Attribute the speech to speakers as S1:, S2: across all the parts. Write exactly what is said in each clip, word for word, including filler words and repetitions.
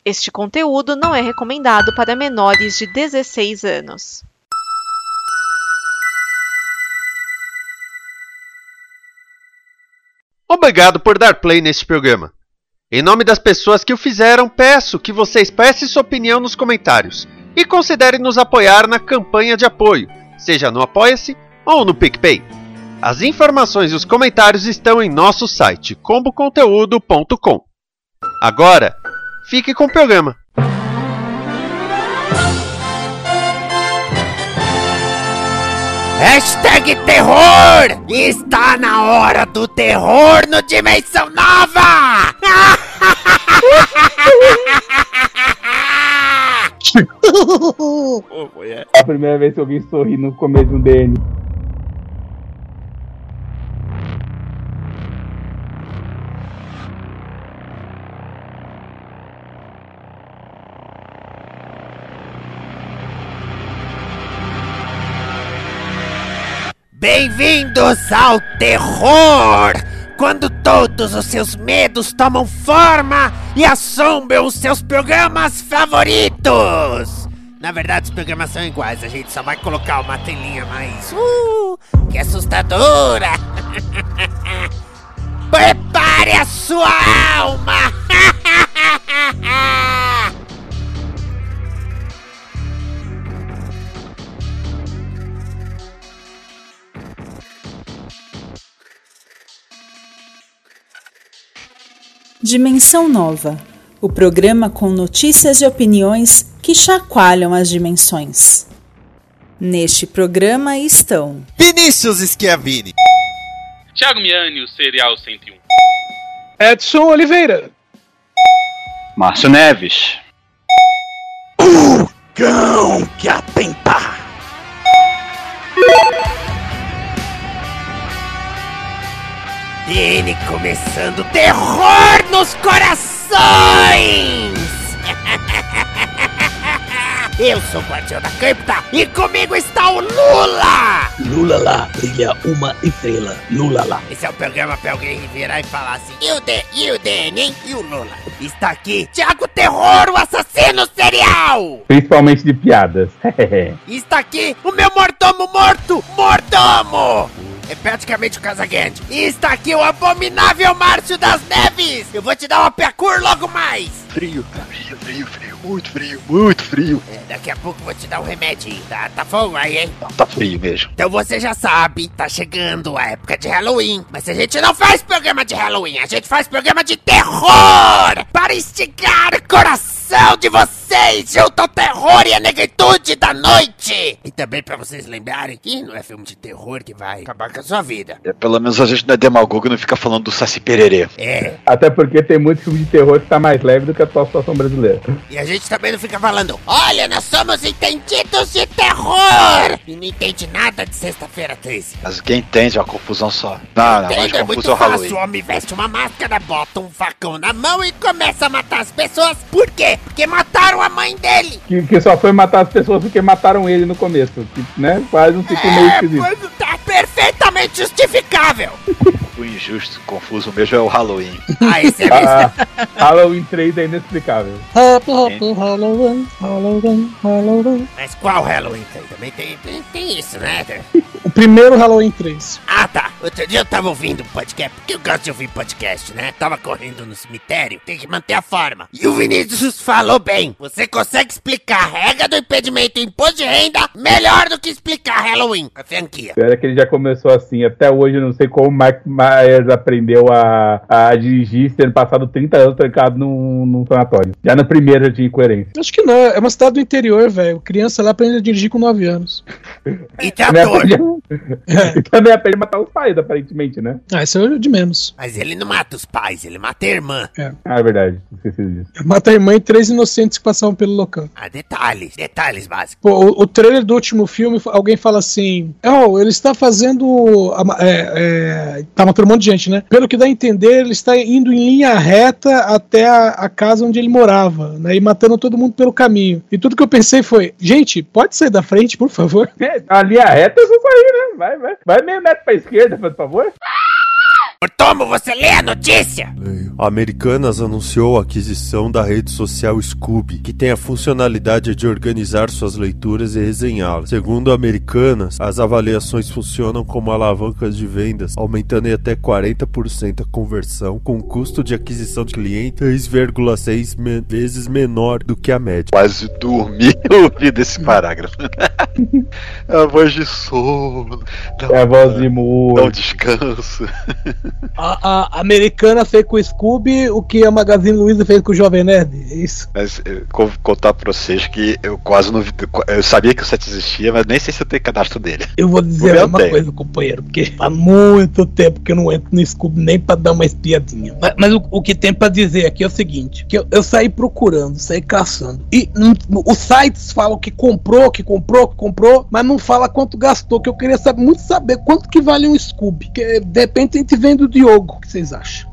S1: Este conteúdo não é recomendado para menores de dezesseis anos.
S2: Obrigado por dar play neste programa. Em nome das pessoas que o fizeram, peço que você expresse sua opinião nos comentários e considere nos apoiar na campanha de apoio, seja no Apoia-se ou no PicPay. As informações e os comentários estão em nosso site combo conteúdo ponto com. Agora, fique com o programa.
S3: Hashtag terror! Está na hora do terror no Dimensão Nova!
S4: A primeira vez que eu vi sorrir no começo de um D N.
S3: Bem-vindos ao terror! Quando todos os seus medos tomam forma e assombram os seus programas favoritos! Na verdade, os programas são iguais, a gente só vai colocar uma telinha mais... Uh, que assustadora! Prepare a sua alma!
S5: Dimensão Nova, o programa com notícias e opiniões que chacoalham as dimensões. Neste programa estão
S6: Vinícius Schiavini,
S7: Thiago Miani, o Serial cento e um,
S8: Edson Oliveira,
S9: Márcio Neves,
S3: O cão que atenta. Ele começando terror nos corações! Eu sou o Guardião da Cripta e comigo está o Lula!
S10: Lula lá, brilha uma estrela, Lula lá.
S3: Esse é o programa pra alguém virar e falar assim: e o D, e o D N, hein? E o Lula? Está aqui Thiago Terror, o assassino serial!
S4: Principalmente de piadas.
S3: Está aqui o meu mordomo morto, Mordomo! É praticamente o Casagrande. E está aqui o abominável Márcio das Neves! Eu vou te dar uma pecur logo mais!
S9: frio, frio, frio, frio, muito frio, muito frio.
S3: É, daqui a pouco eu vou te dar um remédio, tá? Tá fogo aí, hein?
S9: Não, tá frio mesmo.
S3: Então você já sabe, tá chegando a época de Halloween. Mas a gente não faz programa de Halloween, a gente faz programa de terror! Para instigar o coração de vocês junto ao terror e a negritude da noite! E também pra vocês lembrarem que não é filme de terror que vai acabar com a sua vida.
S9: É, pelo menos a gente não é demagogo e não fica falando do Saci Pererê.
S3: É.
S4: Até porque tem muito filme de terror que tá mais leve do que a atual situação brasileira.
S3: E a gente também não fica falando: olha, nós somos entendidos de terror! E não entende nada de sexta-feira treze.
S9: Mas quem entende é uma confusão só. Não, não, mas
S3: é muito
S9: confusão
S3: fácil.
S9: Halloween.
S3: O homem veste uma máscara, bota um facão na mão e começa a matar as pessoas. Por quê? Porque mataram a mãe dele.
S4: Que, que só foi matar as pessoas porque mataram ele no começo. Que, né? Faz um ciclo meio esquisito.
S3: É, tá perfeitamente justificável.
S9: O injusto, confuso mesmo é o Halloween.
S3: Ah, esse é mesmo.
S4: Ah, Halloween três é inexplicável.
S10: Happy, happy Halloween, Halloween, Halloween.
S3: Mas qual Halloween tem? Também tem, tem, tem isso, né?
S8: o primeiro Halloween três.
S3: Ah, tá. Outro dia eu tava ouvindo um podcast, porque eu gosto de ouvir podcast, né? Tava correndo no cemitério, tem que manter a forma. E o Vinícius falou bem. Você consegue explicar a regra do impedimento e imposto de renda melhor do que explicar Halloween, a franquia.
S4: Era que ele já começou assim. Até hoje eu não sei como o Mike Myers aprendeu a, a dirigir, tendo passado trinta anos trancado num, num sanatório. Já no primeiro já tinha incoerência.
S8: Acho que não, é uma cidade do interior, velho. Criança lá aprende a dirigir com nove anos.
S3: E trator.
S4: E também aprende a matar os pais, aparentemente, né?
S8: Ah, isso é de menos.
S3: Mas ele não mata os pais, ele mata a irmã.
S8: É.
S4: Ah, é verdade. Esqueci disso.
S8: Mata a irmã e três inocentes que passavam pelo local.
S3: Ah, detalhes, detalhes básicos.
S8: Pô, o, o trailer do último filme, alguém fala assim: oh, ele está fazendo. É, é, tá matando um monte de gente, né? Pelo que dá a entender, ele está indo em linha reta até a, a casa onde ele morava, né? E matando todo mundo pelo caminho. E tudo que eu pensei foi: gente, pode sair da frente, por favor?
S4: É, a linha reta eu vou sair, né? Vai, vai. Vai meio metro pra esquerda, por favor.
S3: Mortomo, você lê a notícia?
S11: Leio. A Americanas anunciou a aquisição da rede social Scoob, que tem a funcionalidade de organizar suas leituras e resenhá-las. Segundo a Americanas, as avaliações funcionam como alavancas de vendas, aumentando em até quarenta por cento a conversão, com um custo de aquisição de cliente três vírgula seis me- vezes menor do que a média.
S9: Quase dormi ouvindo esse parágrafo. É a voz de sono. Não,
S4: É a voz de Moore.
S9: Não descanso.
S8: A, a americana fez com o Scooby o que a Magazine Luiza fez com o Jovem Nerd, é isso?
S9: Mas eu vou contar pra vocês que eu quase não vi. Eu sabia que o site existia, mas nem sei se eu tenho cadastro dele.
S8: Eu vou dizer
S9: meu
S8: uma
S9: tem.
S8: coisa, companheiro, porque há muito tempo que eu não entro no Scooby nem pra dar uma espiadinha. Mas, mas o, o que tem pra dizer aqui é o seguinte, que eu, eu saí procurando, saí caçando. E hum, os sites falam que comprou, que comprou, que comprou, mas não fala quanto gastou, que eu queria saber, muito saber quanto que vale um Scooby. Que de repente a gente vende o Diogo, o que vocês acham?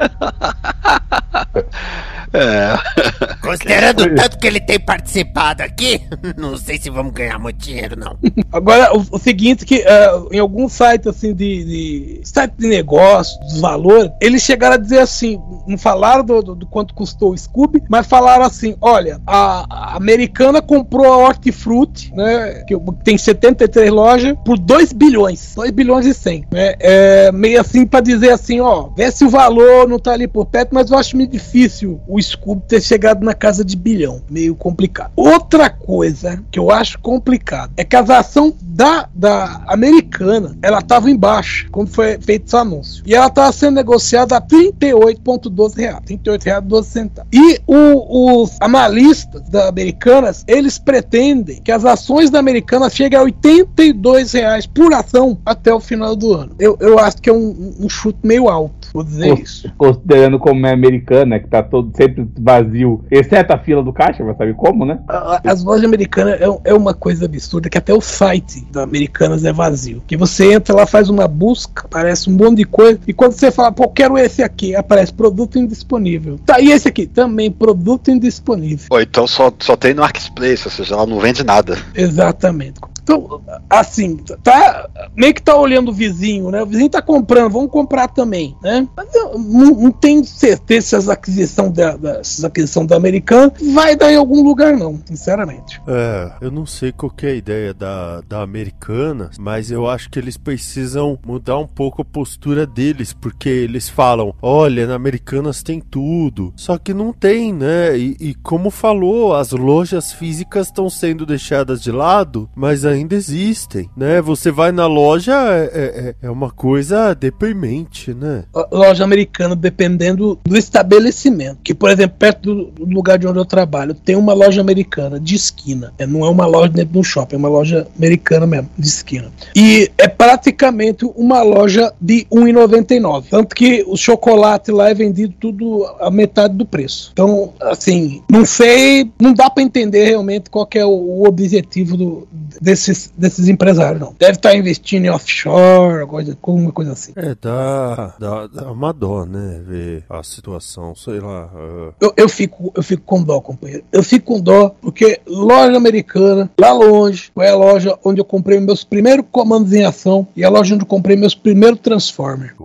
S9: É.
S3: Considerando o tanto que ele tem participado aqui, não sei se vamos ganhar muito dinheiro, não.
S8: Agora, o, o seguinte, que uh, em algum site assim de, de site de negócio, dos valores, eles chegaram a dizer assim, não falaram do, do, do quanto custou o Scooby, mas falaram assim, olha, a, a Americana comprou a Hortifruti, né, que tem setenta e três lojas, por dois bilhões, dois bilhões e cem, né, é, meio assim pra dizer assim, ó, vê se o valor não tá ali por perto, mas eu acho meio difícil o Scooby ter chegado na casa de bilhão, meio complicado. Outra coisa que eu acho complicado é que as ações da, da Americana, ela tava em baixa quando foi feito esse anúncio, e ela tava sendo negociada a trinta e oito vírgula doze reais, trinta e oito reais e doze centavos. E o, os analistas da Americanas, eles pretendem que as ações da Americanas cheguem a oitenta e dois reais por ação até o final do ano. Eu, eu acho que é um, um chute meio alto, vou dizer
S4: Cons-
S8: isso.
S4: Considerando como é americana, que tá todo sempre vazio, exceto a fila do caixa, vai saber como, né?
S8: A- As lojas americanas é, é uma coisa absurda, que até o site da Americanas é vazio. Que você entra lá, faz uma busca, aparece um monte de coisa, e quando você fala, pô, quero esse aqui, aparece produto indisponível. Tá, e esse aqui? Também produto indisponível.
S9: Ou então só, só tem no Marketplace, ou seja, ela não vende nada.
S8: Exatamente. Então, assim, tá meio que tá olhando o vizinho, né? O vizinho tá comprando, vamos comprar também, né? Mas eu não, não tenho certeza se essa aquisição da, da, essa aquisição da Americana vai dar em algum lugar, não, sinceramente.
S11: É, eu não sei qual que é a ideia da, da Americanas, mas eu acho que eles precisam mudar um pouco a postura deles, porque eles falam, olha, na Americanas tem tudo, só que não tem, né? E, e como falou, as lojas físicas estão sendo deixadas de lado, mas ainda existem, né? Você vai na loja, é, é, é uma coisa deprimente, né?
S8: A loja americana, dependendo do estabelecimento, que, por exemplo, perto do, do lugar de onde eu trabalho, tem uma loja americana de esquina. É, não é uma loja dentro de um shopping, é uma loja americana mesmo, de esquina. E é praticamente uma loja de um real e noventa e nove centavos. Tanto que o chocolate lá é vendido tudo a metade do preço. Então, assim, não sei, não dá pra entender realmente qual que é o, o objetivo do, desses, desses empresários, não. Deve estar investindo em offshore, coisa, alguma coisa assim.
S11: É, dá, dá, dá uma dó, né? Ver a situação, sei lá. Uh...
S8: Eu, eu, fico, eu fico com dó, companheiro. Eu fico com dó porque loja americana, lá longe, foi a loja onde eu comprei meus primeiros comandos em ação e a loja onde eu comprei meus primeiros Transformers.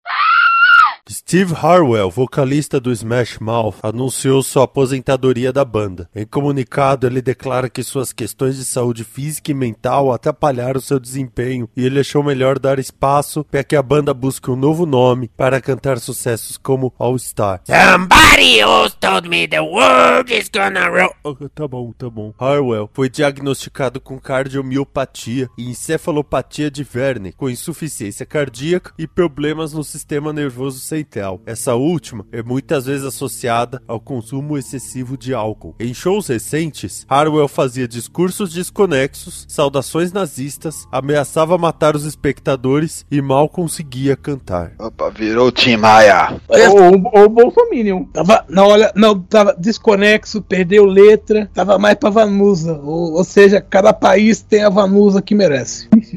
S11: Steve Harwell, vocalista do Smash Mouth, anunciou sua aposentadoria da banda. Em comunicado, ele declara que suas questões de saúde física e mental atrapalharam seu desempenho e ele achou melhor dar espaço para que a banda busque um novo nome para cantar sucessos como All Star.
S3: Somebody else told me the world is gonna roll.
S11: Oh, tá bom, tá bom. Harwell foi diagnosticado com cardiomiopatia e encefalopatia de Verne, com insuficiência cardíaca e problemas no sistema nervoso central. Essa última é muitas vezes associada ao consumo excessivo de álcool. Em shows recentes, Harwell fazia discursos desconexos, saudações nazistas, ameaçava matar os espectadores e mal conseguia cantar.
S9: Opa, virou Tim Maia.
S4: Ou o Bolsominion.
S8: Tava, não, olha, não, tava desconexo, perdeu letra, tava mais pra Vanusa. Ou, ou seja, cada país tem a Vanusa que merece.
S4: Ixi,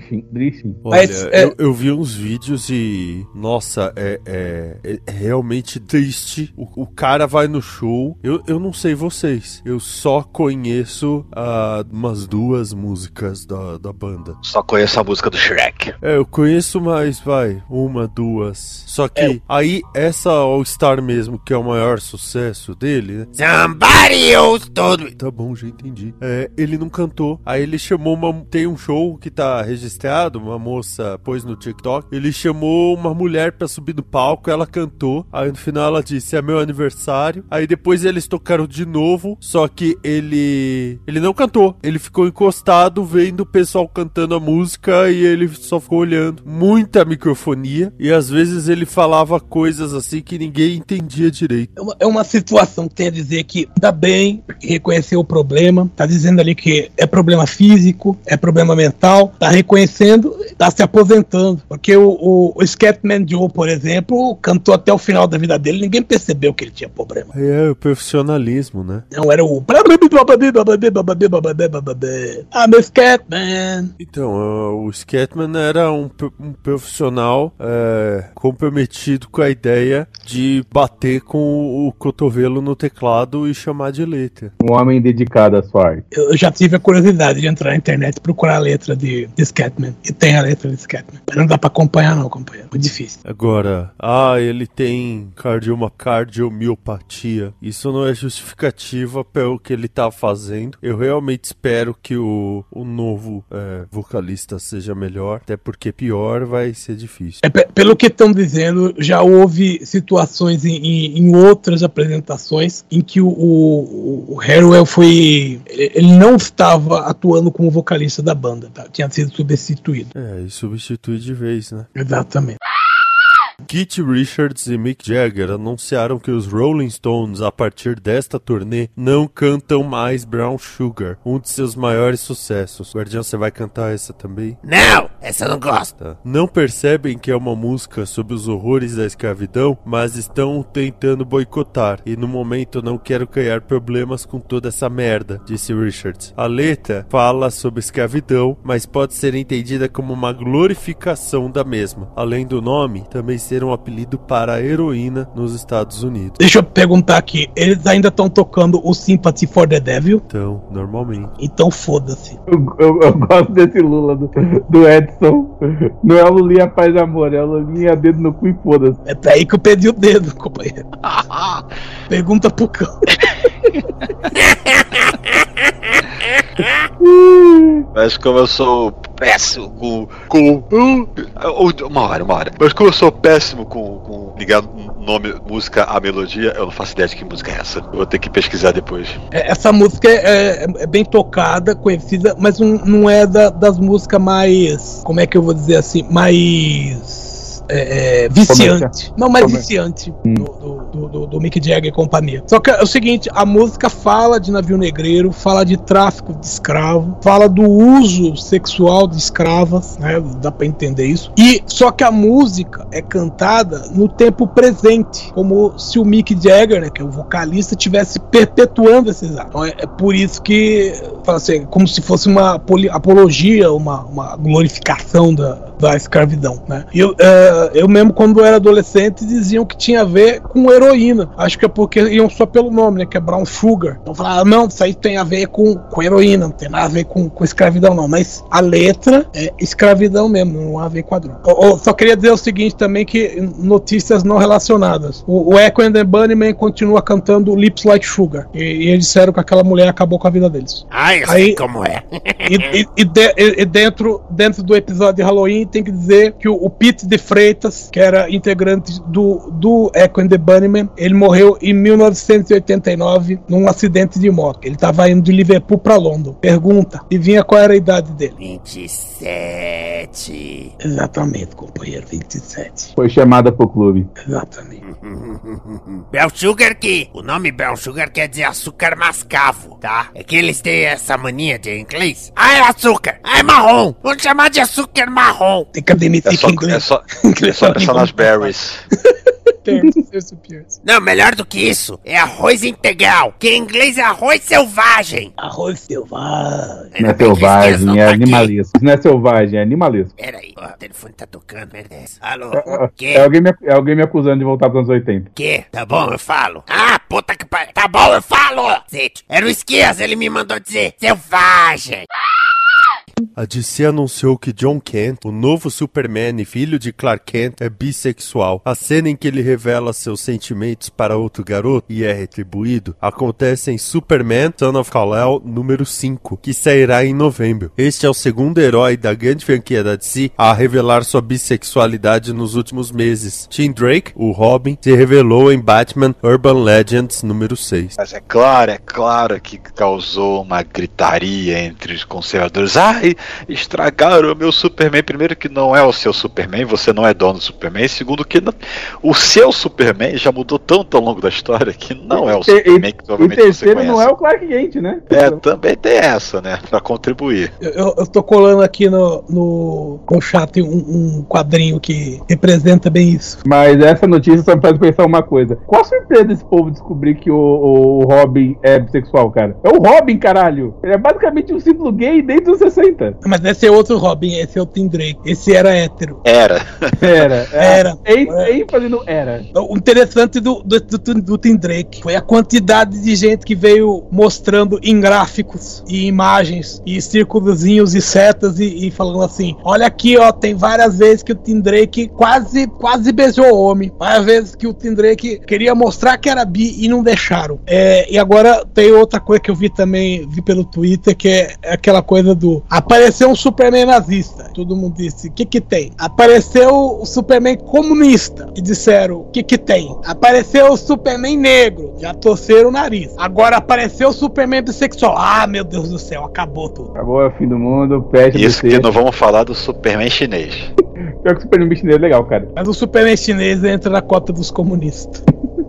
S4: Drifting, Drifting.
S11: Olha,
S8: Mas, é-
S11: eu, eu vi uns vídeos e... Nossa, é, é, é realmente triste. O, o cara vai no show... Eu, eu não sei vocês. Eu só conheço uh, umas duas músicas da, da banda.
S9: Só conheço a música do Shrek.
S11: É, eu conheço mais, vai. Uma, duas. Só que
S3: É.
S11: aí, essa All Star mesmo, que é o maior sucesso dele, né?
S3: Somebody else told me.
S11: Tá bom, já entendi. É, ele não cantou. Aí ele chamou uma... Tem um show que tá registrado, uma moça pôs no TikTok. Ele chamou uma mulher pra subir no palco, ela cantou. Aí no final ela disse, é meu aniversário. Aí depois eles tocaram de novo, só que ele... Ele não cantou. Ele ficou encostado, vendo o pessoal cantando a música e ele só ficou olhando. Muita microfonia. E às vezes ele falava coisas assim que ninguém entendia direito.
S8: É uma, é uma situação que tem a dizer que tá bem, reconheceu o problema, tá dizendo ali que é problema físico, é problema mental, tá reconhecendo, tá se aposentando. Porque o, o, o Scatman Joe, por exemplo, cantou até o final da vida dele, ninguém percebeu que ele tinha problema.
S11: É, o profissionalismo, né?
S8: Não era o... I'm a Scatman.
S11: Então, uh, o Scatman era um, p- um profissional é, comprometido com a ideia de bater com o, o cotovelo no teclado e chamar de letra.
S4: Um homem dedicado à sua arte.
S8: Eu já tive a curiosidade de entrar na internet e procurar a letra de, de Scatman. E tem a letra de Scatman. Mas não dá pra acompanhar não, companheiro. Muito difícil.
S11: Agora, ah, ele tem cardioma, cardiomiopatia. Isso não é justificativa pelo que ele tá fazendo. Eu realmente espero que o, o novo é, vocalista seja melhor. Até porque pior vai ser difícil.
S8: É, pe- pelo que estão dizendo, já houve situações em, em, em outras apresentações em que o, o, o Hairwell foi... Ele não estava atuando como vocalista da banda, tá? Tinha sido substituído.
S11: É, e substitui de vez, né?
S8: Exatamente.
S11: Keith Richards e Mick Jagger anunciaram que os Rolling Stones, a partir desta turnê, não cantam mais Brown Sugar, um de seus maiores sucessos. Guardião, você vai cantar essa também?
S3: Não, essa eu não gosto.
S11: Tá. Não percebem que é uma música sobre os horrores da escravidão, mas estão tentando boicotar, e no momento não quero criar problemas com toda essa merda, disse Richards. A letra fala sobre escravidão, mas pode ser entendida como uma glorificação da mesma. Além do nome, também ser um apelido para a heroína nos Estados Unidos.
S8: Deixa eu perguntar aqui, eles ainda estão tocando o Sympathy for the Devil?
S11: Então, normalmente.
S8: Então foda-se.
S4: Eu, eu, eu gosto desse Lula do, do Edson. Não é o Lulinha Paz e Amor, é o Lulinha Dedo no Cu e foda-se.
S8: É pra aí que eu perdi o dedo, companheiro. Pergunta pro cão.
S9: Mas como eu sou péssimo com... com uh, uma hora, uma hora. Mas como eu sou péssimo com, com ligar nome, música à melodia, eu não faço ideia de que música é essa. Eu vou ter que pesquisar depois.
S8: É, essa música é, é, é bem tocada, conhecida, mas um, não é da, das músicas mais... Como é que eu vou dizer assim? Mais... É, é, viciante. Não, mais viciante
S4: hum.
S8: do, do, do, do Mick Jagger e companhia. Só que é o seguinte, a música fala de navio negreiro, fala de tráfico de escravo, fala do uso sexual de escravas, né? Dá pra entender isso. E só que a música é cantada no tempo presente, como se o Mick Jagger, né, que é o vocalista, estivesse perpetuando esses atos. Então é, é por isso que fala assim, como se fosse uma poli- apologia, uma, uma glorificação da, da escravidão, né? E eu, é, eu mesmo, quando era adolescente, diziam que tinha a ver com heroína. Acho que é porque iam só pelo nome, né? Que é Brown Sugar. Então falaram, não, isso aí tem a ver com, com heroína, não tem nada a ver com, com escravidão, não. Mas a letra é escravidão mesmo, não há a ver com a droga. Eu, eu só queria dizer o seguinte também, que notícias não relacionadas. O, o Echo and the Bunnymen continua cantando Lips Like Sugar. E, e eles disseram que aquela mulher acabou com a vida deles.
S3: Ai, eu
S8: aí,
S3: sei como é.
S8: E, e, e, de, e dentro, dentro do episódio de Halloween tem que dizer que o, o Pete de Freitas, que era integrante do, do Echo and the Bunnymen, ele morreu em mil novecentos e oitenta e nove num acidente de moto. Ele estava indo de Liverpool para London. Pergunta, e vinha qual era a idade dele?
S3: vinte e sete.
S8: Exatamente, companheiro, vinte e sete.
S4: Foi chamada pro clube.
S8: Exatamente.
S3: Brown Sugar, que o nome Brown Sugar quer dizer açúcar mascavo, tá? É que eles têm essa mania de inglês. Ah, é açúcar, ah, é marrom, vamos chamar de açúcar marrom.
S8: Tem que admitir
S9: É só,
S8: que inglês...
S9: é só, é só, é só nas berries.
S8: termos, Celso Pierce.
S3: Não, melhor do que isso, é arroz integral, que em inglês é arroz selvagem.
S8: Arroz selvagem.
S4: Não é selvagem, é animalesco. Não é selvagem, é animalesco.
S3: Peraí, ó, o telefone tá tocando, merece. Alô,
S4: É,
S3: que?
S4: é, alguém me, é alguém me acusando de voltar pros anos oitenta.
S3: Que? Tá bom, eu falo. Ah, puta que pariu. Tá bom, eu falo. Zete, era o Esquias, ele me mandou dizer selvagem.
S11: A D C anunciou que John Kent, o novo Superman e filho de Clark Kent, é bissexual. A cena em que ele revela seus sentimentos para outro garoto e é retribuído acontece em Superman Son of Kal-El número cinco, que sairá em novembro. Este é o segundo herói da grande franquia da D C a revelar sua bissexualidade nos últimos meses. Tim Drake, o Robin, se revelou em Batman Urban Legends número seis.
S9: Mas é claro, é claro que causou uma gritaria entre os conservadores. Ai, estragaram o meu Superman. Primeiro que não é o seu Superman, você não é dono do Superman. Segundo que não, o seu Superman já mudou tanto ao longo da história que não é o
S4: E-
S9: Superman que
S4: E
S9: provavelmente você
S4: terceiro
S9: conhece.
S4: não é o Clark Kent, né?
S9: É, também tem essa, né? Pra contribuir.
S8: Eu, eu, eu tô colando aqui no, no, no chat um, um quadrinho que representa bem isso.
S4: Mas essa notícia só me faz pensar uma coisa. Qual a surpresa desse povo descobrir que o, o Robin é bissexual, cara? É o Robin, caralho! Ele é basicamente um símbolo gay desde os sessenta.
S8: Mas esse é outro Robin, esse é o Tim Drake. Esse era hétero.
S9: Era.
S4: Era.
S8: Era.
S4: É, ênfase no era.
S8: O interessante do, do, do, do Tim Drake foi a quantidade de gente que veio mostrando em gráficos e imagens e círculozinhos e setas e, e falando assim: olha aqui, ó, tem várias vezes que o Tim Drake quase, quase beijou o homem. Várias vezes que o Tim Drake queria mostrar que era bi e não deixaram. É, e agora tem outra coisa que eu vi também, vi pelo Twitter, que é aquela coisa do apareceu um Superman nazista. Todo mundo disse: o que que tem? Apareceu o Superman comunista. E disseram: o que que tem? Apareceu o Superman negro. Já torceram o nariz. Agora apareceu o Superman bissexual. Ah, meu Deus do céu, acabou tudo.
S4: Acabou o fim do mundo, peste.
S9: Isso que não vamos falar do Superman chinês.
S4: Pior que o Superman chinês é legal, cara.
S8: Mas o Superman chinês entra na cota dos comunistas.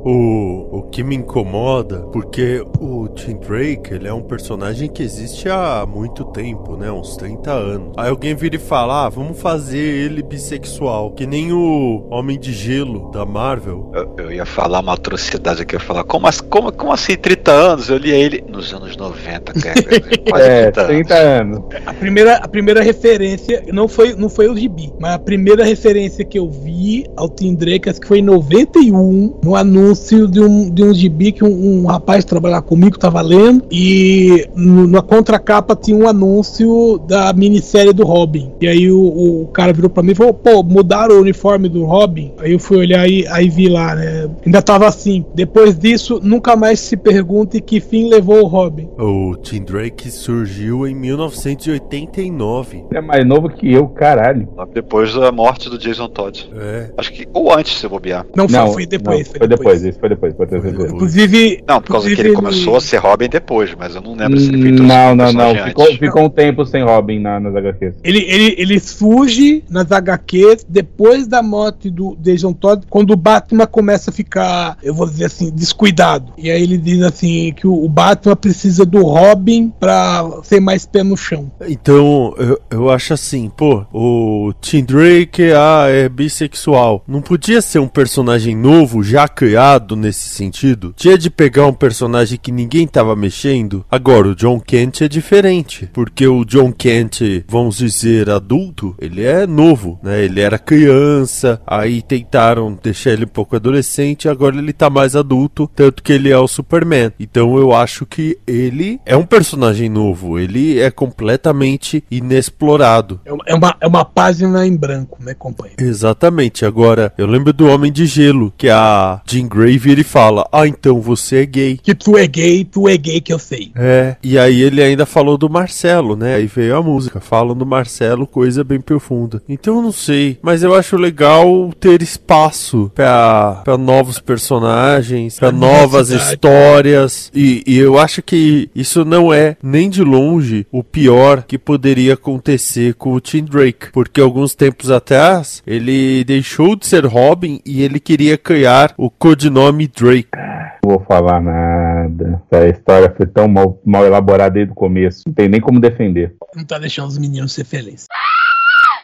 S11: O, o que me incomoda, porque o Tim Drake, ele é um personagem que existe há muito tempo, né? Uns trinta anos. Aí alguém vira e fala: ah, vamos fazer ele bissexual, que nem o Homem de Gelo da Marvel.
S9: Eu, eu ia falar uma atrocidade aqui, eu ia falar, como, as- como, como assim trinta anos? Eu li ele nos anos noventa, cara. Quase
S4: É,
S9: trinta anos.
S4: trinta anos.
S8: A primeira, a primeira referência não foi, não foi o Gibi, mas a primeira referência que eu vi ao Tim Drake, acho que foi em noventa e um, no anúncio de um, de um Gibi que um, um rapaz que trabalhava comigo tava lendo, e no- na contracapa tinha um anúncio da minissérie do Robin. E aí o, o cara virou pra mim e falou: pô, mudaram o uniforme do Robin? Aí eu fui olhar e aí vi lá, né? Ainda tava assim: depois disso, nunca mais se pergunte que fim levou o Robin.
S11: O Tim Drake surgiu em mil novecentos e oitenta e nove.
S4: É mais novo que eu, caralho.
S9: Depois da morte do Jason Todd.
S11: É.
S9: Acho que, ou antes, se bobear.
S8: Não, foi,
S4: Não,
S8: foi depois.
S4: não,
S8: foi
S4: foi
S8: depois.
S4: depois, isso foi depois, pode ter certeza.
S8: Inclusive.
S9: Não, por causa que ele
S8: inclusive,
S9: começou a ser Robin depois, mas eu não lembro se ele fez
S4: Não,
S9: esse
S4: não, não.
S9: personagem
S4: Ficou,
S9: antes.
S4: ficou um tempo sem Robin na, nas agá quês.
S8: Ele, ele, ele surge nas agá quês depois da morte do Jason Todd, quando o Batman começa a ficar, eu vou dizer assim, descuidado. E aí ele diz assim que o, o Batman precisa do Robin pra ser mais pé no chão.
S11: Então, eu, eu acho assim, pô, o Tim Drake ah, é bissexual. Não podia ser um personagem novo, já criado nesse sentido? Tinha de pegar um personagem que ninguém tava mexendo? Agora, o John Kent é diferente, porque o John Kent, vamos dizer, adulto, ele é novo, né? Ele era criança, aí tentaram deixar ele um pouco adolescente, agora ele tá mais adulto, tanto que ele é o Superman. Então eu acho que ele é um personagem novo, ele é completamente inexplorado.
S8: É uma, é uma, é uma página em branco, né, companheiro?
S11: Exatamente. Agora, eu lembro do Homem de Gelo, que a Jean Grey vira e fala: ah, então você é gay.
S8: Que tu é gay, tu é gay que eu sei.
S11: É, e aí ele ainda falou do Marcelo, né? Aí veio a música, falam do Marcelo, coisa bem profunda. Então eu não sei, mas eu acho legal ter espaço pra, pra novos personagens, pra novas
S8: Diversidade.
S11: histórias. E, e eu acho que isso não é nem de longe o pior que poderia acontecer com o Tim Drake, porque alguns tempos atrás ele deixou de ser Robin e ele queria criar o codinome Drake.
S4: Não vou falar nada. Essa história foi tão mal, mal elaborada desde o começo. Não tem nem como defender.
S8: Não tá deixando os meninos ser felizes.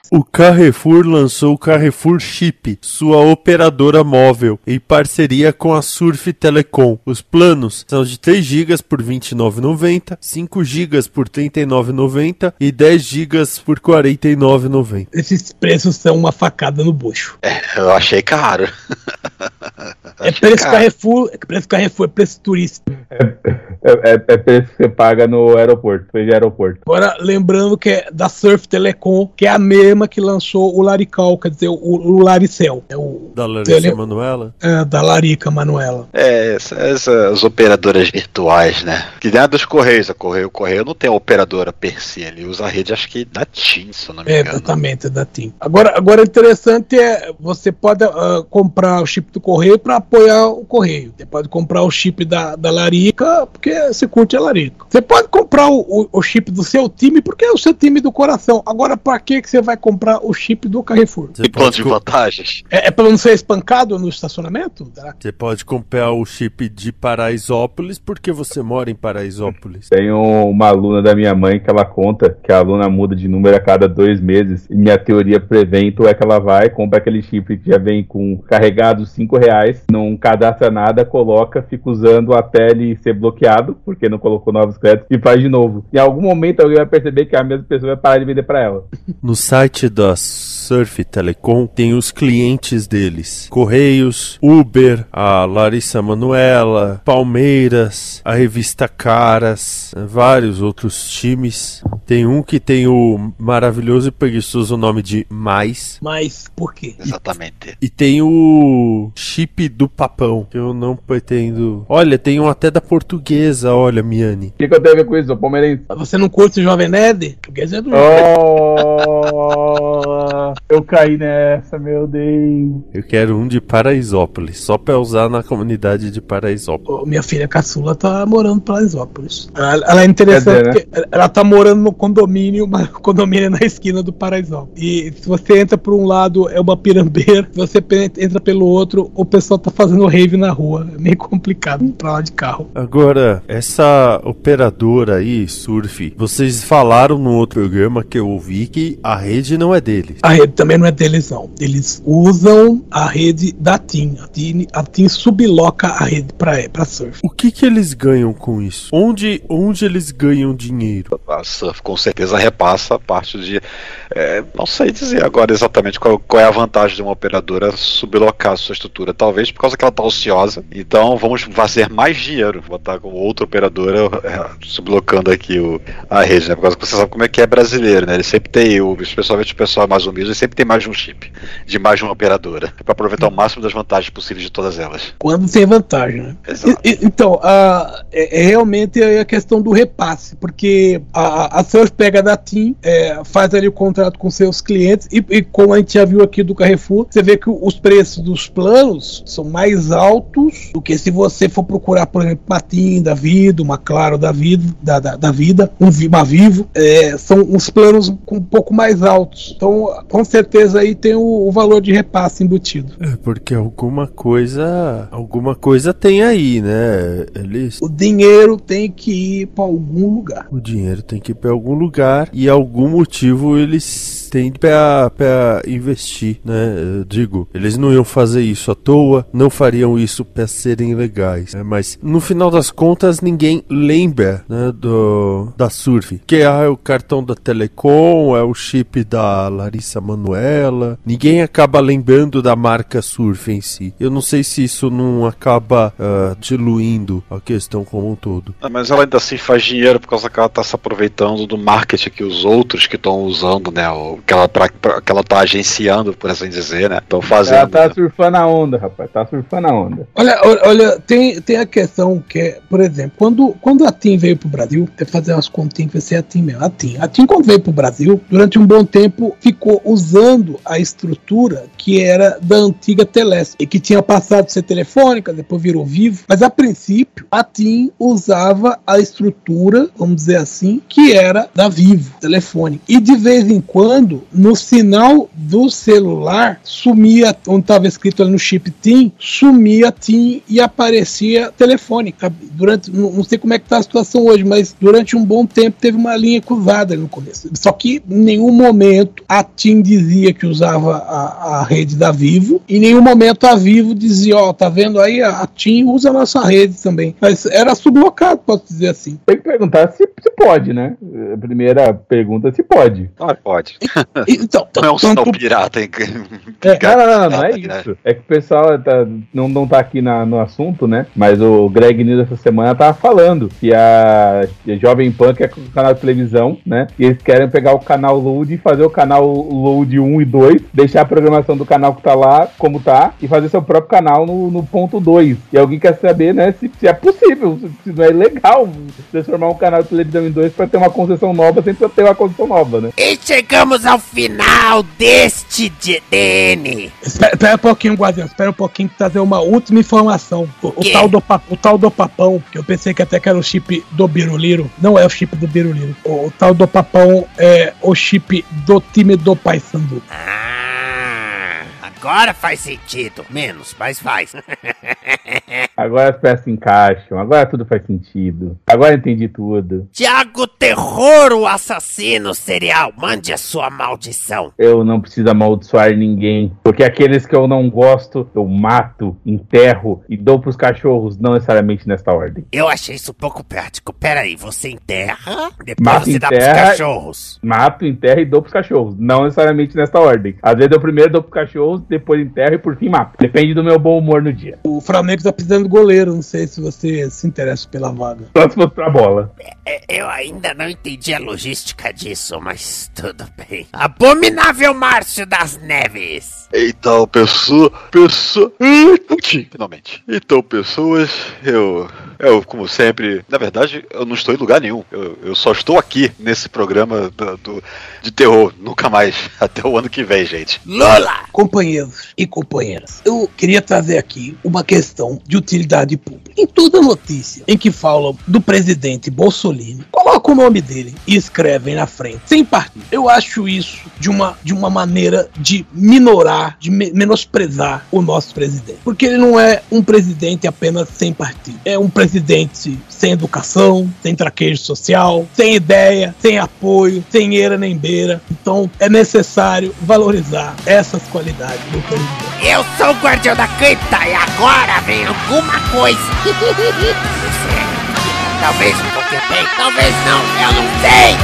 S11: O Carrefour lançou o Carrefour Chip, sua operadora móvel, em parceria com a Surf Telecom. Os planos são de três gigas por vinte e nove reais e noventa centavos, cinco gigas por trinta e nove reais e noventa centavos e dez gigas por quarenta e nove reais e noventa centavos.
S8: Esses preços são uma facada no bucho.
S9: É, eu achei caro.
S8: É preço Carrefour, é preço Carrefour, é preço turista.
S4: É, é, é preço que você paga no aeroporto, foi de aeroporto.
S8: Agora, lembrando que é da Surf Telecom, que é a mesma que lançou o Larical, quer dizer, o, o Laricel. É o,
S11: da Larissa tele... Manuela?
S8: É, da Larica Manuela.
S9: É, essas, essas operadoras virtuais, né? Que nem a dos Correios, a Correio, o Correio não tem operadora per se, ele usa a rede, acho que da TIM, se eu não me
S8: é,
S9: engano.
S8: Exatamente, é da TIM. Agora, agora interessante é, você pode uh, comprar o chip do Correio para apoiar o Correio. Você pode comprar o chip da, da Larica, porque você curte a Larica. Você pode comprar o, o, o chip do seu time, porque é o seu time do coração. Agora, para que que você vai comprar o chip do Carrefour?
S9: E plano de vantagens?
S8: É, é para não ser espancado no estacionamento? Tá?
S11: Você pode comprar o chip de Paraisópolis porque você mora em Paraisópolis.
S4: Tem uma aluna da minha mãe que ela conta que a aluna muda de número a cada dois meses. E minha teoria prevento é que ela vai, compra aquele chip que já vem com carregado cinco reais, não cadastra nada, coloca, fica usando até ele ser bloqueado, porque não colocou novos créditos, e faz de novo. Em algum momento alguém vai perceber que a mesma pessoa vai parar de vender pra ela.
S11: No site da Surf Telecom tem os clientes deles: Correios, Uber, a Larissa Manuela, Palmeiras, a revista Caras, vários outros times. Tem um que tem o maravilhoso e preguiçoso nome de Mais.
S8: Mais, por quê?
S9: Exatamente.
S11: E, e tem o chip do Papão, que eu não pretendo... Olha, tem um até da Portuguesa, olha, Miane.
S4: O que, que eu tenho a ver com isso, o palmeirense?
S8: Você não curte o Jovem Nerd? Portuguesa é do...
S4: Oh, eu caí nessa, meu Deus.
S11: Eu quero um de Paraisópolis, só pra usar na comunidade de Paraisópolis.
S8: Oh, minha filha caçula tá morando em Paraisópolis. Ela, ela é interessante, dizer, né? Ela tá morando no condomínio, mas o condomínio é na esquina do Paraisópolis. E se você entra por um lado, é uma pirambeira. Se você entra pelo outro, o pessoal tá fazendo rave na rua. É meio complicado pra lá de carro.
S11: Agora, essa operadora aí, Surf, vocês falaram no outro programa que eu ouvi que a rede não é deles.
S8: A rede também não é deles, não. Eles usam a rede da TIM. A TIM, a TIM subloca a rede pra, pra Surf.
S11: O que que eles ganham com isso? Onde, onde eles ganham dinheiro?
S9: A Surf com certeza repassa a parte de... É, não sei dizer agora exatamente qual, qual é a vantagem de uma operadora sublocar a sua estrutura. Talvez por causa que ela está ociosa. Então vamos fazer mais dinheiro. Botar com outra operadora é, sublocando aqui o, a rede, né? Por causa que você sabe como é que é brasileiro, né? Ele sempre tem, o, especialmente o pessoal mais humilde, ele sempre tem mais de um chip, de mais de uma operadora, para aproveitar o máximo das vantagens possíveis de todas elas.
S8: Quando tem vantagem, né?
S9: Exato.
S8: E, então, a, é, é realmente a questão do repasse, porque a, a Surf pega da TIM, é, faz ali o contrato com seus clientes e, e como a gente já viu aqui do Carrefour, você vê que os preços dos planos são mais altos do que se você for procurar, por exemplo, uma TIM da vida, uma Claro da vida, da, da, da vida um, uma Vivo, é, são uns planos com um pouco mais altos. Então, com certeza aí tem o, o valor de repasse embutido.
S11: É, porque alguma coisa, alguma coisa tem aí, né? Eles...
S8: O dinheiro tem que ir para algum lugar.
S11: O dinheiro tem que ir para algum lugar e algum motivo eles têm pra, pra investir, né? Eu digo, eles não iam fazer isso à toa, não fariam isso para serem legais, né? Mas no final das contas ninguém lembra, né, do, da Surf, que é o cartão da Telecom, é o chip da Larissa Manuela, ninguém acaba lembrando da marca Surf em si. Eu não sei se isso não acaba uh, diluindo a questão como um todo.
S9: Ah, mas ela ainda assim faz dinheiro por causa que ela está se aproveitando do marketing que os outros que estão usando, né, o, que ela pra, pra, que ela tá agenciando, por assim dizer, né, estão fazendo.
S4: Ela tá surfando a onda, rapaz, tá surfando a onda.
S8: Olha, olha, tem, tem a questão que é, por exemplo, quando, quando a TIM veio pro Brasil, tem que fazer umas continhas que vai ser a TIM mesmo, a TIM. A TIM, quando veio pro Brasil, durante um bom tempo, ficou usando a estrutura que era da antiga Telesp, e que tinha passado de ser telefônica, depois virou Vivo, mas a princípio, a TIM usava a estrutura, vamos dizer assim, que era da Vivo, telefônica. E de vez em quando, falando, no sinal do celular, sumia, onde estava escrito ali no chip TIM, sumia TIM e aparecia telefone. Durante, não, não sei como é que está a situação hoje, mas durante um bom tempo teve uma linha cruzada ali no começo. Só que em nenhum momento a TIM dizia que usava a, a rede da Vivo, em nenhum momento a Vivo dizia, ó, oh, tá vendo aí, a, a TIM usa a nossa rede também. Mas era sublocado, posso dizer assim.
S4: Tem que perguntar se, se pode, né? A primeira pergunta é se pode.
S9: Ah, pode.
S8: E, então,
S9: não é um sinal pirata, hein?
S4: É, não, não, não, não é isso. É que o pessoal tá, não, não tá aqui na, no assunto, né? Mas o Greg News essa semana tava falando que a, a Jovem Pan, que é o canal de televisão, né? E eles querem pegar o canal Load e fazer o canal Load um e dois, deixar a programação do canal que tá lá como tá e fazer seu próprio canal no, no ponto dois. E alguém quer saber, né, se, se é possível, se, se não é legal transformar um canal de televisão em dois pra ter uma concessão nova sem ter uma concessão nova, né?
S3: E chegamos ao final deste D N.
S8: Espera, espera um pouquinho, Guazinho, espera um pouquinho que trazer uma última informação. O, o, tal do, o tal do papão, que eu pensei que até que era o chip do Biruliro, não é o chip do Biruliro. O, o tal do papão é o chip do time do Paysandu.
S3: Ah, agora faz sentido. Menos, mas faz.
S4: Agora as peças encaixam, agora tudo faz sentido. Agora eu entendi tudo.
S3: Tiago Terror, o assassino serial, mande a sua maldição.
S4: Eu não preciso amaldiçoar ninguém, porque aqueles que eu não gosto, eu mato, enterro e dou pros cachorros, não necessariamente nesta ordem.
S3: Eu achei isso um pouco prático. Pera aí, você enterra, depois
S4: mato,
S3: você
S4: enterra,
S3: dá pros cachorros.
S4: Mato, enterro e dou pros cachorros, não necessariamente nesta ordem. Às vezes eu primeiro dou pros cachorros, depois enterro e por fim mato. Depende do meu bom humor no dia.
S8: O Flamengo tá precisando goleiro, não sei se você se interessa pela vaga.
S4: Só se fosse pra bola.
S3: É, eu ainda não entendi a logística disso, mas tudo bem. Abominável Márcio das Neves.
S9: Então, pessoa, pessoa, finalmente. Então, pessoas, eu, eu, como sempre, na verdade, eu não estou em lugar nenhum. Eu, eu só estou aqui nesse programa do, do, de terror, nunca mais, até o ano que vem, gente.
S3: Lula!
S8: Companheiros e companheiras, eu queria trazer aqui uma questão de utilidade pública. Em toda notícia em que falam do presidente Bolsonaro, coloca o nome dele e escrevem na frente, sem partido. Eu acho isso de uma, de uma maneira de minorar, de me- menosprezar o nosso presidente. Porque ele não é um presidente apenas sem partido. É um presidente sem educação, sem traquejo social, sem ideia, sem apoio, sem eira nem beira. Então é necessário valorizar essas qualidades do presidente.
S3: Eu sou o guardião da cripta e agora vem alguma coisa. Não sei. Talvez um pouquinho bem, talvez não, eu não sei.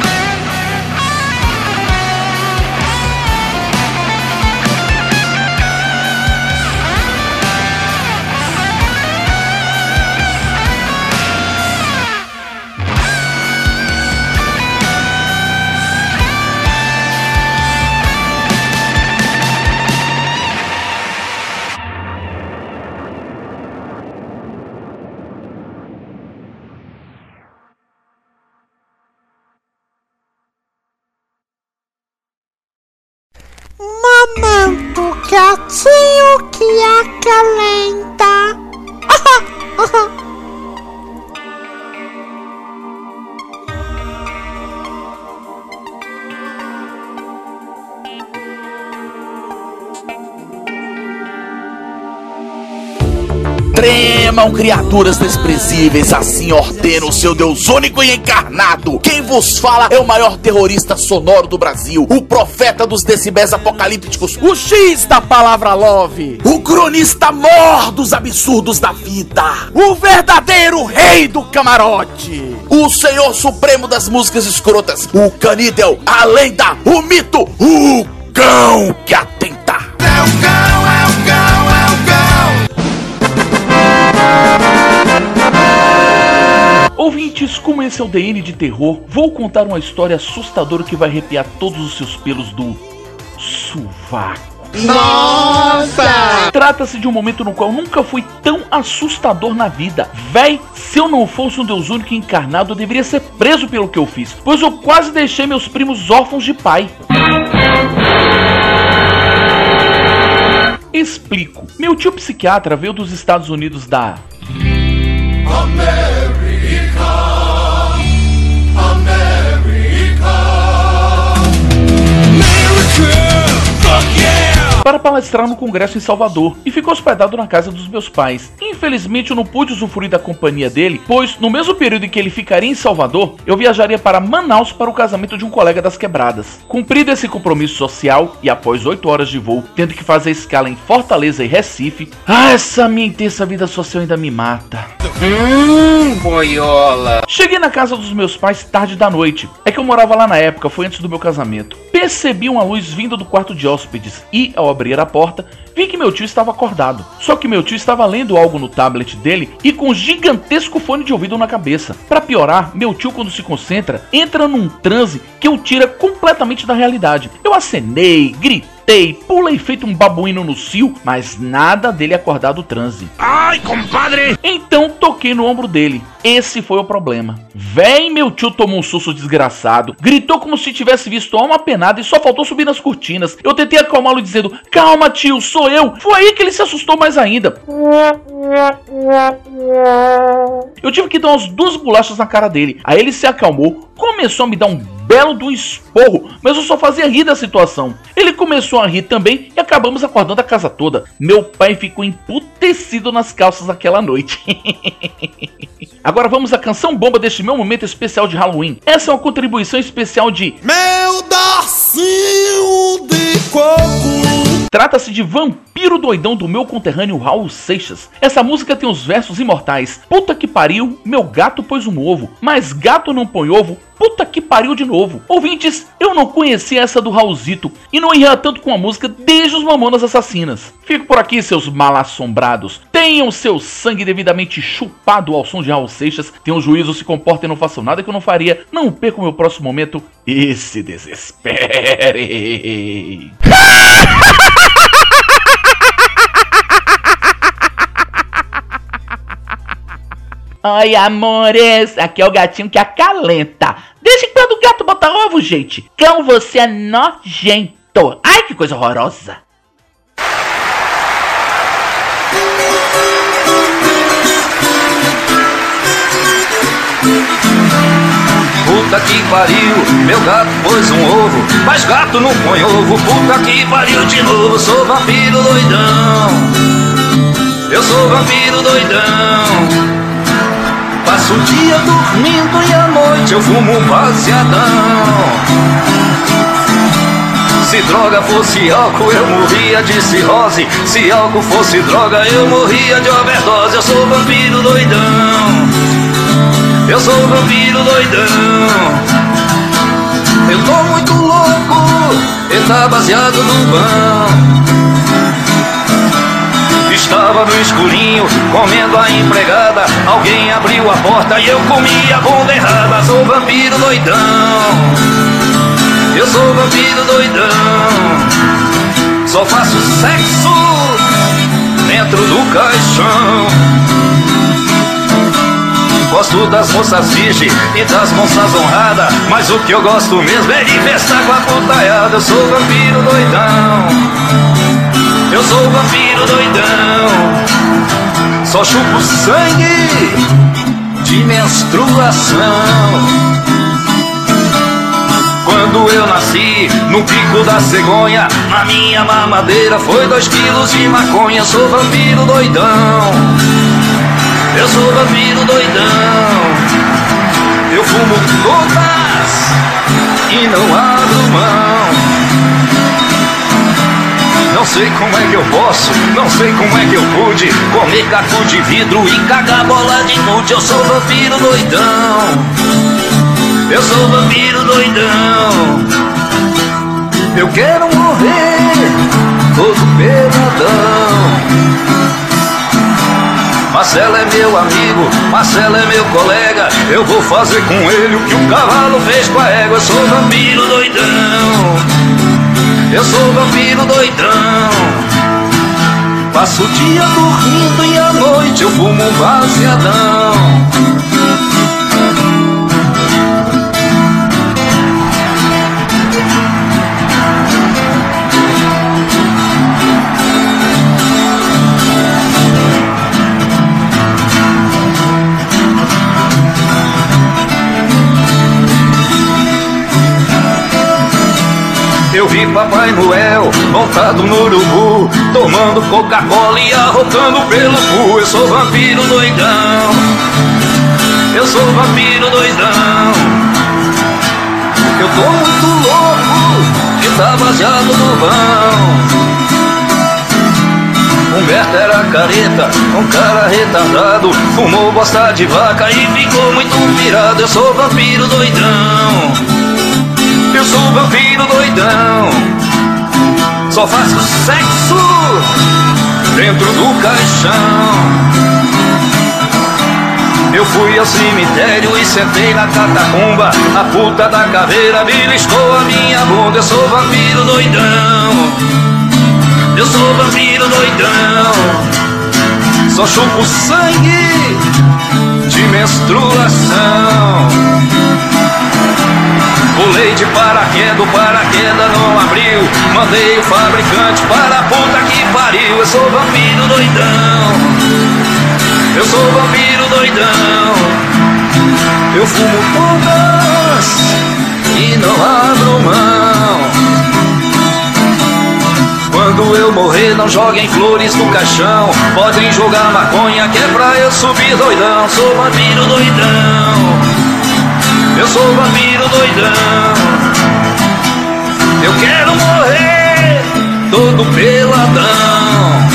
S12: Momento quietinho que acalenta.
S13: Tremam, criaturas desprezíveis, assim ordena o seu Deus único e encarnado. Quem vos fala é o maior terrorista sonoro do Brasil, o profeta dos decibéis apocalípticos, o X da palavra love, o cronista mor dos absurdos da vida, o verdadeiro rei do camarote, o senhor supremo das músicas escrotas, o canídel, a lenda, o mito, o cão que atenta.
S3: É o cão, é o cão, é o cão.
S14: Ouvintes, como esse é o D N de terror, vou contar uma história assustadora que vai arrepiar todos os seus pelos do sovaco.
S3: Nossa!
S14: Trata-se de um momento no qual nunca fui tão assustador na vida. Véi, se eu não fosse um Deus único encarnado, eu deveria ser preso pelo que eu fiz, pois eu quase deixei meus primos órfãos de pai. Explico. Meu tio psiquiatra veio dos Estados Unidos da...
S3: América, América.
S14: palestrar no congresso em Salvador e ficou hospedado na casa dos meus pais. Infelizmente eu não pude usufruir da companhia dele, pois no mesmo período em que ele ficaria em Salvador, eu viajaria para Manaus para o casamento de um colega das quebradas. Cumprido esse compromisso social e após oito horas de voo, tendo que fazer escala em Fortaleza e Recife, ah, essa minha intensa vida social ainda me mata.
S3: Hum, boiola.
S14: Cheguei na casa dos meus pais tarde da noite. É que eu morava lá na época, foi antes do meu casamento. Percebi uma luz vindo do quarto de hóspedes e, ao abrir a porta, vi que meu tio estava acordado. Só que meu tio estava lendo algo no tablet dele e com um gigantesco fone de ouvido na cabeça. Pra piorar, meu tio, quando se concentra, entra num transe que o tira completamente da realidade. Eu acenei, gritei, pulei feito um babuíno no cio, mas nada dele acordar do transe.
S3: Ai, compadre!
S14: Então toquei no ombro dele. Esse foi o problema. Véi, meu tio tomou um susto desgraçado, gritou como se tivesse visto alma penada e só faltou subir nas cortinas. Eu tentei acalmá-lo dizendo, calma tio, sou eu. Foi aí que ele se assustou mais ainda. Eu tive que dar umas duas bolachas na cara dele. Aí ele se acalmou, começou a me dar um belo do esporro, mas eu só fazia rir da situação. Ele começou a rir também e acabamos acordando a casa toda. Meu pai ficou emputecido nas calças aquela noite. Agora vamos à canção bomba deste meu momento especial de Halloween. Essa é uma contribuição especial de
S12: Meu Darcinho de Coco.
S14: Trata-se de Vampiro Doidão do meu conterrâneo Raul Seixas. Essa música tem os versos imortais. Puta que pariu, meu gato pôs um ovo, mas gato não põe ovo, puta que pariu de novo. Ouvintes, eu não conhecia essa do Raulzito e não ia tanto com a música desde os Mamonas Assassinas. Fico por aqui, seus mal assombrados. Tenham seu sangue devidamente chupado ao som de Raul Seixas. Tenham juízo, se comportem e não façam nada que eu não faria. Não percam o meu próximo momento e se desesperem. Oi, amores, aqui é o gatinho que acalenta. Desde quando o gato bota ovo, gente? Cão, você é nojento. Ai, que coisa horrorosa.
S15: Puta que pariu, meu gato pôs um ovo, mas gato não põe ovo. Puta que pariu de novo, sou vampiro doidão. Eu sou vampiro doidão. Passo o dia dormindo e à noite eu fumo um baseadão. Se droga fosse álcool eu morria de cirrose. Se álcool fosse droga eu morria de overdose. Eu sou vampiro doidão. Eu sou vampiro doidão. Eu tô muito louco, ele tá baseado no banco. Estava no escurinho, comendo a empregada. Alguém abriu a porta e eu comi a bunda errada. Sou vampiro doidão. Eu sou vampiro doidão. Só faço sexo dentro do caixão. Gosto das moças virgem e das moças honradas, mas o que eu gosto mesmo é de festar com a putaiada. Eu sou vampiro doidão. Eu sou vampiro doidão. Só chupo sangue de menstruação. Quando eu nasci, no pico da cegonha, na minha mamadeira foi dois quilos de maconha. Eu sou vampiro doidão. Eu sou vampiro doidão. Eu fumo todas e não abro mão. Não sei como é que eu posso, não sei como é que eu pude comer caco de vidro e cagar bola de nude. Eu sou vampiro doidão. Eu sou vampiro doidão. Eu quero morrer todo peladão. Marcelo é meu amigo, Marcelo é meu colega. Eu vou fazer com ele o que o cavalo fez com a égua. Eu sou vampiro doidão. Eu sou vampiro doidão. Passo o dia dormindo e à noite eu fumo um baseadão. Eu Eu vi Papai Noel montado no urubu, tomando Coca-Cola e arrotando pelo cu. Eu sou vampiro doidão, eu sou vampiro doidão. Eu tô muito louco de tá baseado no vão. Humberto era careta, um cara retardado, fumou bosta de vaca e ficou muito pirado. Eu sou vampiro doidão, eu sou vampiro doidão. Só faço sexo dentro do caixão. Eu fui ao cemitério e sentei na catacumba, a puta da caveira beliscou a minha bunda. Eu sou vampiro doidão, eu sou vampiro doidão. Só chupo sangue de menstruação. Pulei de paraquedas, o paraquedas não abriu. Mandei o fabricante para a puta que pariu. Eu sou vampiro doidão, eu sou vampiro doidão. Eu fumo todas e não abro mão. Quando eu morrer, não joguem flores no caixão. Podem jogar maconha que é pra eu subir doidão. Sou vampiro doidão, eu sou vampiro doidão. Eu quero morrer todo peladão.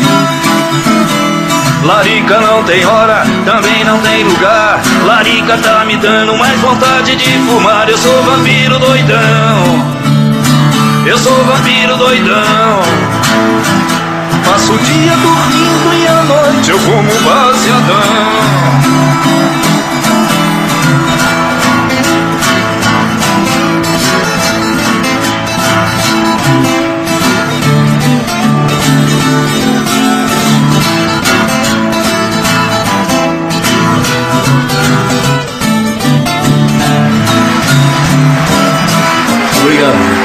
S15: Larica não tem hora, também não tem lugar. Larica tá me dando mais vontade de fumar. Eu sou vampiro doidão, eu sou vampiro doidão. Passo o dia dormindo e à noite eu fumo baseadão. Obrigado.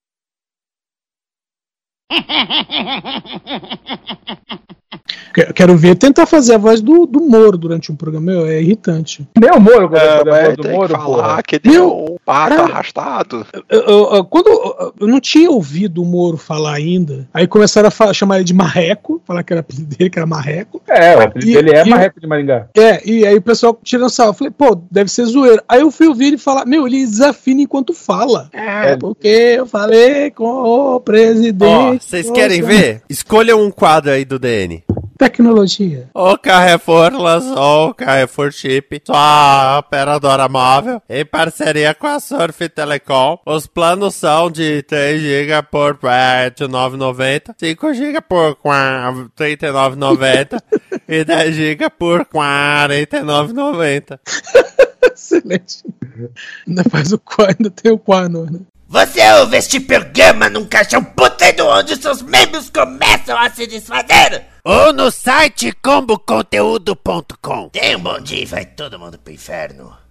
S8: Quero ver tentar fazer a voz do, do Moro durante um programa. Meu, é irritante.
S4: Meu Moro, quando
S9: É,
S4: eu fazer a
S9: mas
S4: voz do
S9: tem
S4: Moro,
S9: que falar
S4: porra.
S9: que ele é
S8: Meu,
S9: um pato
S8: cara,
S9: arrastado.
S8: Eu, eu- eu- quando eu, eu não tinha ouvido o Moro falar ainda, aí começaram a fa- chamar ele de Marreco, falar que era apelido dele, que era Marreco.
S4: É, o apelido
S8: E-
S4: dele é
S8: e-
S4: Marreco de Maringá.
S8: É, e aí o pessoal tirando sarro. Eu falei, pô, deve ser zoeiro. Aí eu fui ouvir ele falar, meu, ele desafina enquanto fala. É, porque eu falei com o
S11: Ó,
S8: presidente.
S11: vocês querem
S8: Nossa,
S11: ver? Escolham um quadro aí do D N.
S8: Tecnologia.
S11: O Carrefour lançou o Carrefour Chip, sua operadora móvel, em parceria com a Surf Telecom. Os planos são de três gigas por é, dezenove reais e noventa centavos, cinco gigas por qua- trinta e nove reais e noventa centavos e dez gigas por quarenta e nove reais e noventa centavos.
S8: Excelente. Ainda faz o quá, ainda tem o quá, não, né?
S3: Você ouve este programa num caixão puteiro onde seus membros começam a se desfazer? Ou no site combo conteúdo ponto com. Tenha um bom dia e vai todo mundo pro inferno.